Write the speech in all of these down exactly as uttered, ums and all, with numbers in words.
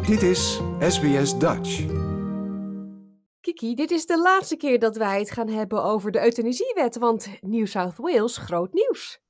Dit is S B S Dutch. Kiki, dit is de laatste keer dat wij het gaan hebben over de euthanasiewet, want New South Wales, groot nieuws.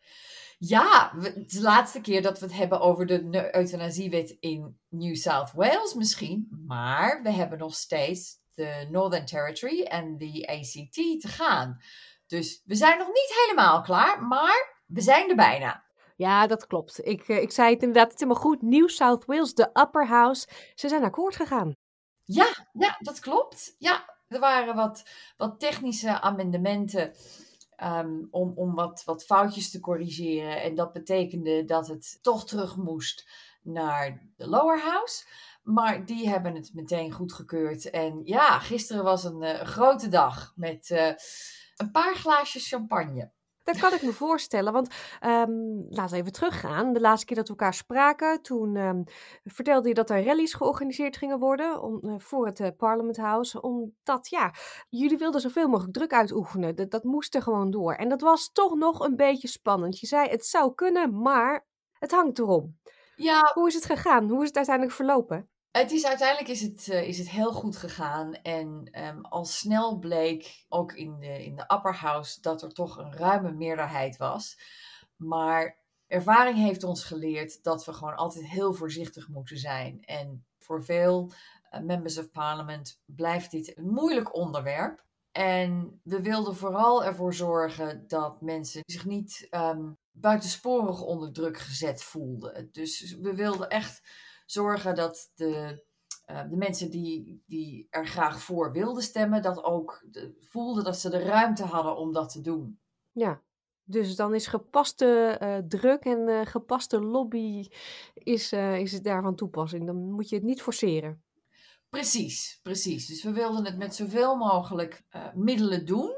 Ja, we- het is de laatste keer dat we het hebben over de ne- euthanasiewet in New South Wales misschien. Maar we hebben nog steeds de Northern Territory en de A C T te gaan. Dus we zijn nog niet helemaal klaar, maar we zijn er bijna. Ja, dat klopt. Ik, eh, ik zei het inderdaad, het is helemaal goed. New South Wales, de Upper House, ze zijn akkoord gegaan. Ja, ja, dat klopt. Ja, er waren wat, wat technische amendementen ehm, om, om wat, wat foutjes te corrigeren. En dat betekende dat het toch terug moest naar de Lower House. Maar die hebben het meteen goedgekeurd. En ja, gisteren was een eh, grote dag met eh, een paar glaasjes champagne. Dat kan ik me voorstellen, want ehm, laten we even teruggaan. De laatste keer dat we elkaar spraken, toen ehm, vertelde je dat er rallies georganiseerd gingen worden om, eh, voor het eh, Parliament House. Omdat, ja, jullie wilden zoveel mogelijk druk uitoefenen. Dat, dat moest er gewoon door. En dat was toch nog een beetje spannend. Je zei, het zou kunnen, maar het hangt erom. Ja, Hoe is het gegaan? Hoe is het uiteindelijk verlopen? Het is, uiteindelijk is het, eh, is het heel goed gegaan. En ehm, al snel bleek, ook in de, in de Upper House, dat er toch een ruime meerderheid was. Maar ervaring heeft ons geleerd dat we gewoon altijd heel voorzichtig moeten zijn. En voor veel eh, members of parliament blijft dit een moeilijk onderwerp. En we wilden vooral ervoor zorgen dat mensen zich niet ehm, buitensporig onder druk gezet voelden. Dus we wilden echt zorgen dat de, uh, de mensen die, die er graag voor wilden stemmen, dat ook de, voelden dat ze de ruimte hadden om dat te doen. Ja, dus dan is gepaste eh, druk en eh, gepaste lobby is, eh, is het daar van toepassing. Dan moet je het niet forceren. Precies, precies. Dus we wilden het met zoveel mogelijk uh, middelen doen,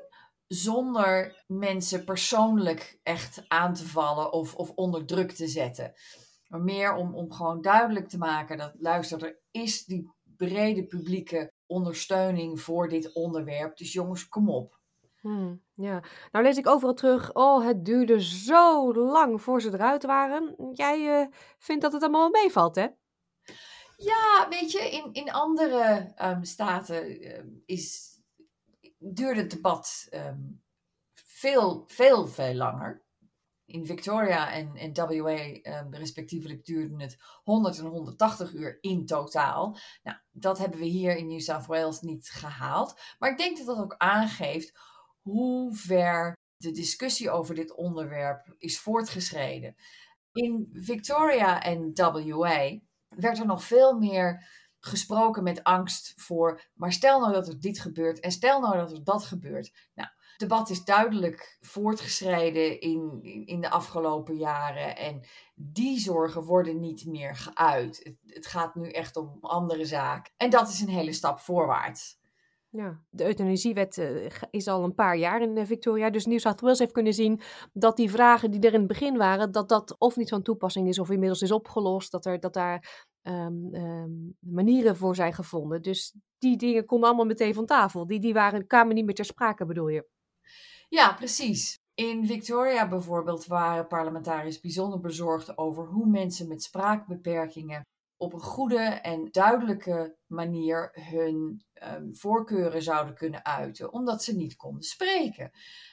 zonder mensen persoonlijk echt aan te vallen of, of onder druk te zetten. Maar meer om, om gewoon duidelijk te maken dat, luister, er is die brede publieke ondersteuning voor dit onderwerp. Dus jongens, kom op. Hmm, ja, nou lees ik overal terug. Oh, het duurde zo lang voor ze eruit waren. Jij eh, vindt dat het allemaal wel meevalt, hè? Ja, weet je, in, in andere um, staten um, is, duurde het debat um, veel, veel, veel langer. In Victoria en, en W A um, respectievelijk duurde het honderd en honderdtachtig uur in totaal. Nou, dat hebben we hier in New South Wales niet gehaald. Maar ik denk dat dat ook aangeeft hoe ver de discussie over dit onderwerp is voortgeschreden. In Victoria en W A werd er nog veel meer gesproken met angst voor, maar stel nou dat er dit gebeurt en stel nou dat er dat gebeurt. Nou, het debat is duidelijk voortgeschreden in, in, in de afgelopen jaren en die zorgen worden niet meer geuit. Het, het gaat nu echt om andere zaken. En dat is een hele stap voorwaarts. Ja, de euthanasiewet uh, is al een paar jaar in uh, Victoria. Dus New South Wales heeft kunnen zien dat die vragen die er in het begin waren, dat dat of niet van toepassing is of inmiddels is opgelost. Dat, er, dat daar um, um, manieren voor zijn gevonden. Dus die dingen konden allemaal meteen van tafel. Die, die waren, kwamen niet meer ter sprake, bedoel je? Ja, precies. In Victoria bijvoorbeeld waren parlementariërs bijzonder bezorgd over hoe mensen met spraakbeperkingen op een goede en duidelijke manier hun um, voorkeuren zouden kunnen uiten, omdat ze niet konden spreken.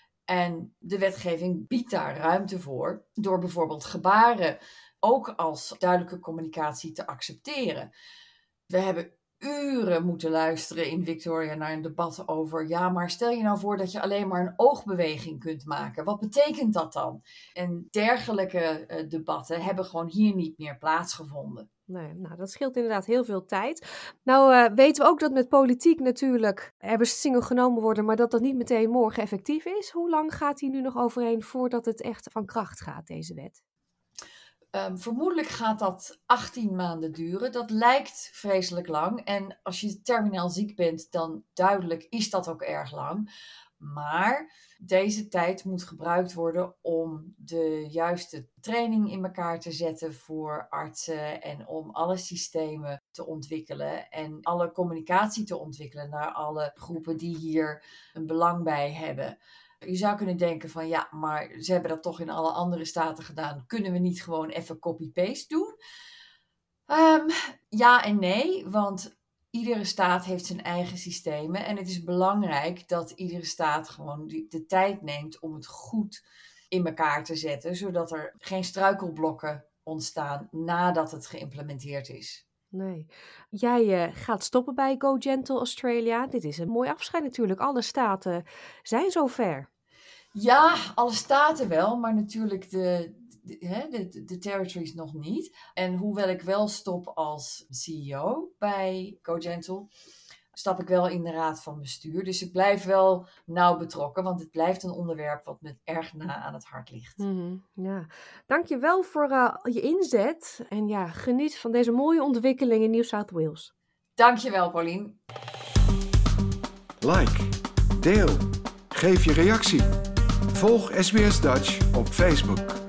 En de wetgeving biedt daar ruimte voor, door bijvoorbeeld gebaren ook als duidelijke communicatie te accepteren. We hebben uren moeten luisteren in Victoria naar een debat over, ja, maar stel je nou voor dat je alleen maar een oogbeweging kunt maken. Wat betekent dat dan? En dergelijke uh, debatten hebben gewoon hier niet meer plaatsgevonden. Nee, nou, dat scheelt inderdaad heel veel tijd. Nou uh, weten we ook dat met politiek natuurlijk er beslissingen genomen worden, maar dat dat niet meteen morgen effectief is. Hoe lang gaat die nu nog overheen voordat het echt van kracht gaat, deze wet? Um, vermoedelijk gaat dat achttien maanden duren. Dat lijkt vreselijk lang. En als je terminaal ziek bent, dan duidelijk is dat ook erg lang. Maar deze tijd moet gebruikt worden om de juiste training in elkaar te zetten voor artsen en om alle systemen te ontwikkelen en alle communicatie te ontwikkelen naar alle groepen die hier een belang bij hebben. Je zou kunnen denken van ja, maar ze hebben dat toch in alle andere staten gedaan. Kunnen we niet gewoon even copy-paste doen? Um, ja en nee, want iedere staat heeft zijn eigen systemen. En het is belangrijk dat iedere staat gewoon de, de tijd neemt om het goed in elkaar te zetten. Zodat er geen struikelblokken ontstaan nadat het geïmplementeerd is. Nee. Jij uh, gaat stoppen bij Go Gentle Australia. Dit is een mooi afscheid natuurlijk. Alle staten zijn zover. Ja, alle staten wel, maar natuurlijk de, de, hè, de, de territories nog niet. En hoewel ik wel stop als C E O bij Go Gentle, stap ik wel in de raad van bestuur. Dus ik blijf wel nauw betrokken, want het blijft een onderwerp wat me erg na aan het hart ligt. Mm-hmm, ja. Dank je wel voor uh, je inzet. En ja, geniet van deze mooie ontwikkeling in New South Wales. Dank je wel, Paulien. Like, deel, geef je reactie. Volg S B S Dutch op Facebook.